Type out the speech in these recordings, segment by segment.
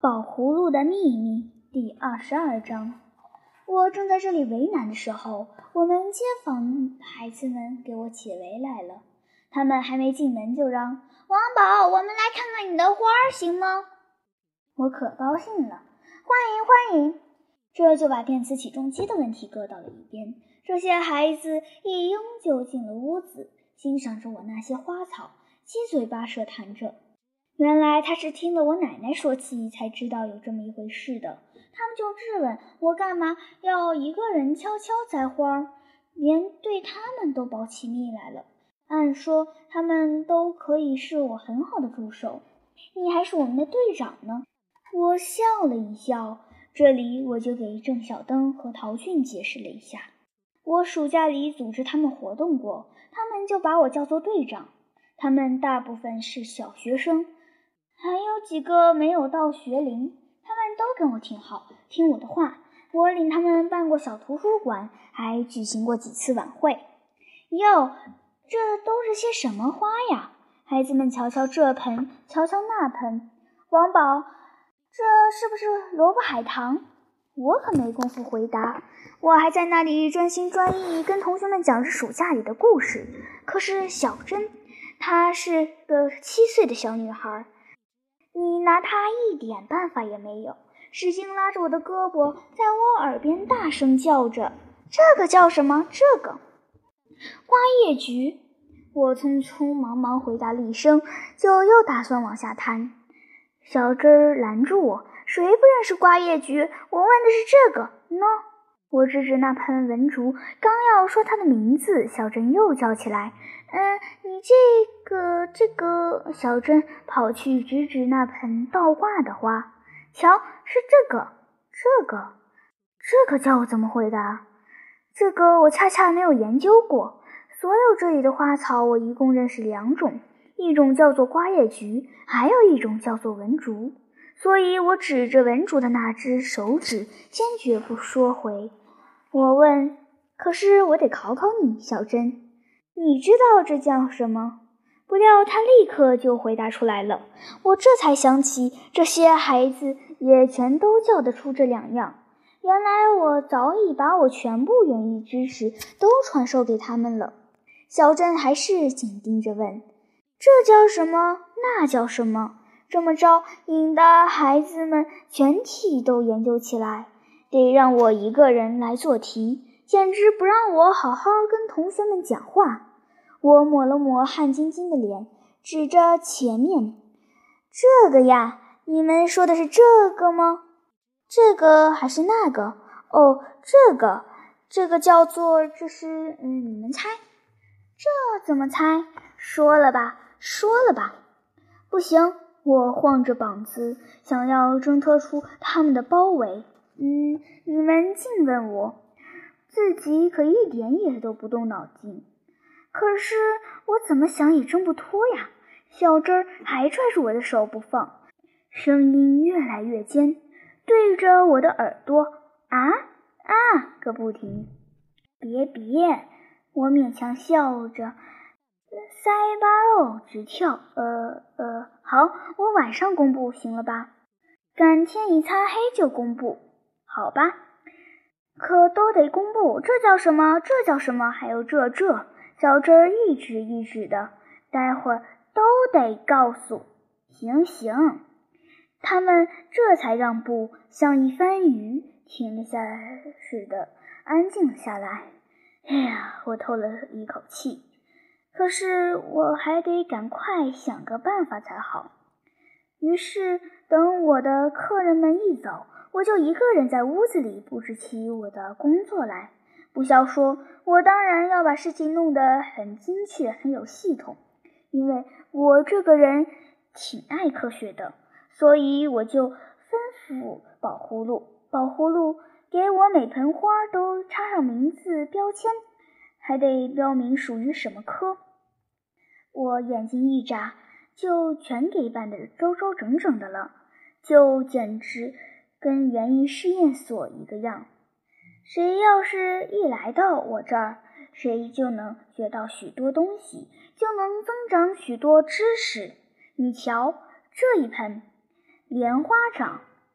宝葫芦的秘密第22章。我正在这里为难的时候，我们街坊孩子们给我解围来了。他们还没进门就嚷：王宝，我们来看看你的花儿行吗？我可高兴了，欢迎欢迎！这就把电磁起重机的问题搁到了一边。这些孩子一拥就进了屋子，欣赏着我那些花草，七嘴八舌谈着。原来他是听了我奶奶说起才知道有这么一回事的。他们就质问我干嘛要一个人悄悄栽花，连对他们都保起密来了。按说他们都可以是我很好的助手，你还是我们的队长呢。我笑了一笑，这里我就给郑小登和陶俊解释了一下。我暑假里组织他们活动过，他们就把我叫做队长。他们大部分是小学生，还有几个没有到学龄，他们都跟我挺好，听我的话。我领他们办过小图书馆，还举行过几次晚会。哟，这都是些什么花呀？孩子们瞧瞧这盆，瞧瞧那盆。王宝，这是不是萝卜海棠？我可没工夫回答，我还在那里专心专意跟同学们讲着暑假里的故事。可是小珍，她是个7岁的小女孩，你拿她一点办法也没有，使劲拉着我的胳膊，在我耳边大声叫着：这个叫什么？这个花叶菊。我匆匆忙忙回答了一声，就又打算往下谈。小珍儿拦住我，谁不认识瓜叶菊？我问的是这个呢。我指指那盆文竹，刚要说它的名字，小珍又叫起来：你这个……小珍跑去指指那盆倒挂的花，瞧，是这个叫我怎么回答？这个我恰恰没有研究过。所有这里的花草，我一共认识2种，一种叫做瓜叶菊，还有一种叫做文竹。所以我指着文竹的那只手指，坚决不说回。我问，可是我得考考你，小珍，你知道这叫什么？不料他立刻就回答出来了。我这才想起，这些孩子也全都叫得出这2样。原来我早已把我全部园艺知识都传授给他们了。小珍还是紧盯着问，这叫什么？那叫什么？这么着，引得孩子们全体都研究起来，得让我一个人来做题，简直不让我好好跟同学们讲话。我抹了抹汗津津的脸，指着前面，这个呀，你们说的是这个吗？这个还是那个？哦，这个叫做，这是你们猜。这怎么猜？说了吧。不行，我晃着膀子，想要挣脱出他们的包围。你们净问我，自己可一点也都不动脑筋。可是我怎么想也挣不脱呀。小珍儿还拽住我的手不放，声音越来越尖，对着我的耳朵个不停。别，我勉强笑着，腮巴肉直跳。好，我晚上公布行了吧？赶天一擦黑就公布，好吧？可都得公布，这叫什么？还有这，小珍儿一指一指的，待会儿都得告诉。行，他们这才让步，像一番鱼停了下来似的，安静了下来。哎呀，我透了一口气，可是我还得赶快想个办法才好。于是等我的客人们一走，我就一个人在屋子里布置起我的工作来。不消说，我当然要把事情弄得很精确，很有系统，因为我这个人挺爱科学的，所以我就吩咐宝葫芦给我每盆花都插上名字标签，还得标明属于什么科。我眼睛一眨，就全给办得周周整整的了，就简直跟园艺试验所一个样。谁要是一来到我这儿，谁就能学到许多东西，就能增长许多知识。你瞧，这一盆莲花掌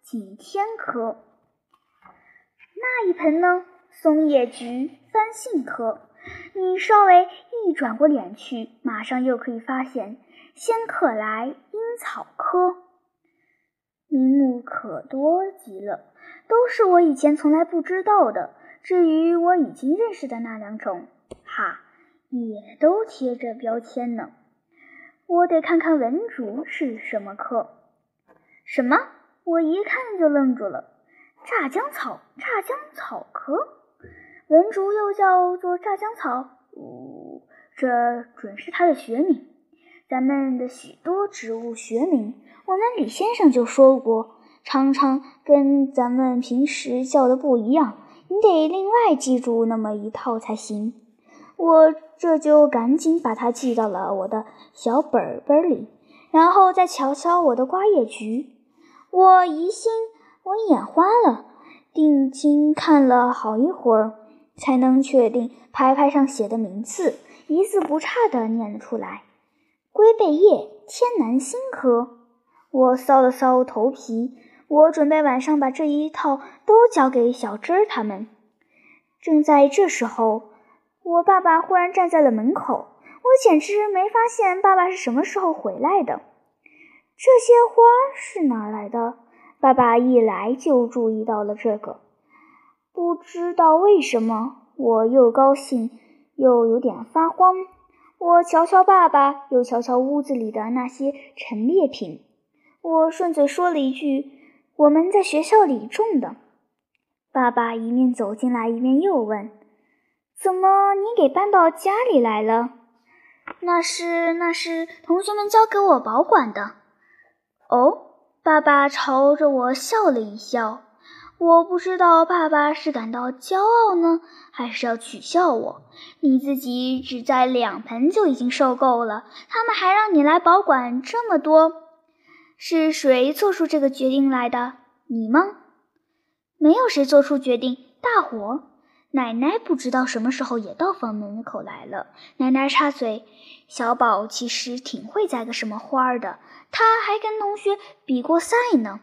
景天科。那一盆呢？松叶菊、番杏科。你稍微一转过脸去，马上又可以发现仙客来樱草科。名目可多极了，都是我以前从来不知道的。至于我已经认识的那2种，哈，也都贴着标签呢。我得看看文竹是什么科。什么？我一看就愣住了。炸姜草科？文竹又叫做炸姜草？这准是它的学名。咱们的许多植物学名，我们李先生就说过，常常跟咱们平时叫的不一样，你得另外记住那么一套才行。我这就赶紧把它记到了我的小本本里，然后再瞧瞧我的瓜叶菊。我眼花了，定睛看了好一会儿，才能确定牌牌上写的名字，一字不差地念了出来。龟背叶天南星科。我搔了搔头皮，我准备晚上把这一套都交给小芝儿他们。正在这时候，我爸爸忽然站在了门口，我简直没发现爸爸是什么时候回来的。这些花是哪儿来的？爸爸一来就注意到了这个。不知道为什么，我又高兴又有点发慌。我瞧瞧爸爸，又瞧瞧屋子里的那些陈列品。我顺嘴说了一句：“我们在学校里种的。”爸爸一面走进来，一面又问：“怎么你给搬到家里来了？”那是同学们交给我保管的。哦，爸爸朝着我笑了一笑。我不知道爸爸是感到骄傲呢，还是要取笑我。你自己只摘2盆就已经受够了，他们还让你来保管这么多。是谁做出这个决定来的？你吗？没有谁做出决定，大伙。奶奶不知道什么时候也到房门口来了。奶奶插嘴：“小宝其实挺会栽个什么花的，他还跟同学比过赛呢。”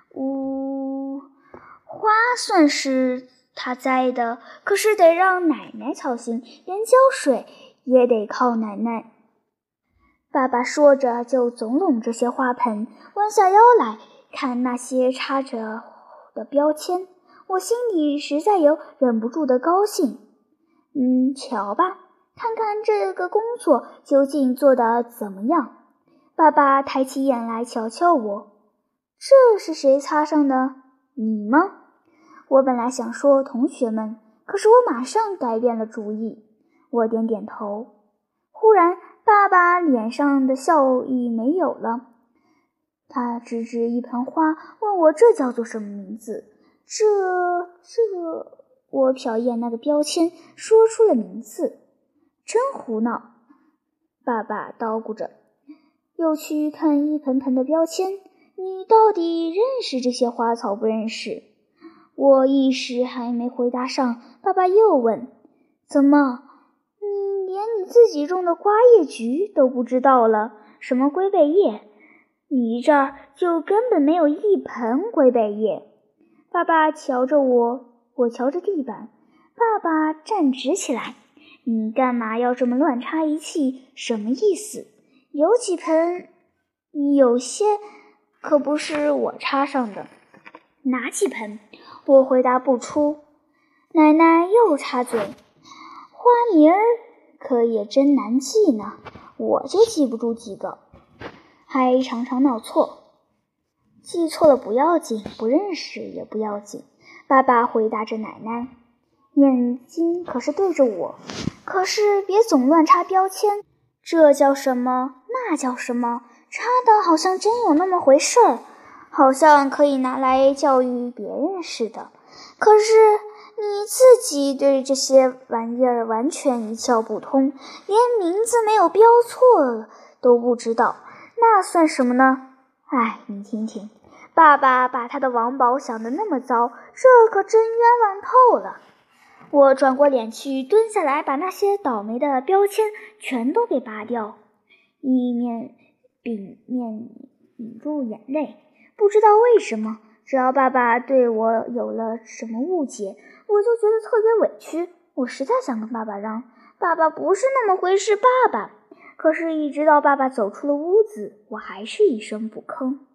花算是他栽的，可是得让奶奶操心，连浇水也得靠奶奶。爸爸说着就总拢这些花盆，弯下腰来看那些插着的标签。我心里实在有忍不住的高兴。瞧吧，看看这个工作究竟做得怎么样。爸爸抬起眼来瞧瞧我。这是谁擦上的？你吗？我本来想说同学们，可是我马上改变了主意。我点点头。忽然爸爸脸上的笑意没有了，他指指一盆花，问我这叫做什么名字。我瞟一眼那个标签，说出了名字。真胡闹，爸爸叨咕着，又去看一盆盆的标签。你到底认识这些花草不认识？我一时还没回答上，爸爸又问：怎么，你连你自己种的瓜叶菊都不知道了？什么龟背叶？你这儿就根本没有一盆龟背叶。爸爸瞧着我，我瞧着地板。爸爸站直起来：你干嘛要这么乱插一气？什么意思？有几盆？有些可不是我插上的。哪几盆？我回答不出。奶奶又插嘴：花名儿可也真难记呢，我就记不住几个，还常常闹错。记错了不要紧，不认识也不要紧。爸爸回答着奶奶，眼睛可是对着我。可是别总乱插标签，这叫什么，那叫什么，插的好像真有那么回事儿，好像可以拿来教育别人似的。可是你自己对这些玩意儿完全一窍不通，连名字没有标错都不知道，那算什么呢？哎，你听听，爸爸把他的王宝想得那么糟，这可真冤枉透了。我转过脸去，蹲下来把那些倒霉的标签全都给拔掉，一面抿住眼泪。不知道为什么， 只要爸爸对我有了什么误解，我就觉得特别委屈。我实在想跟爸爸嚷，爸爸不是那么回事，爸爸。可是，一直到爸爸走出了屋子，我还是一声不吭。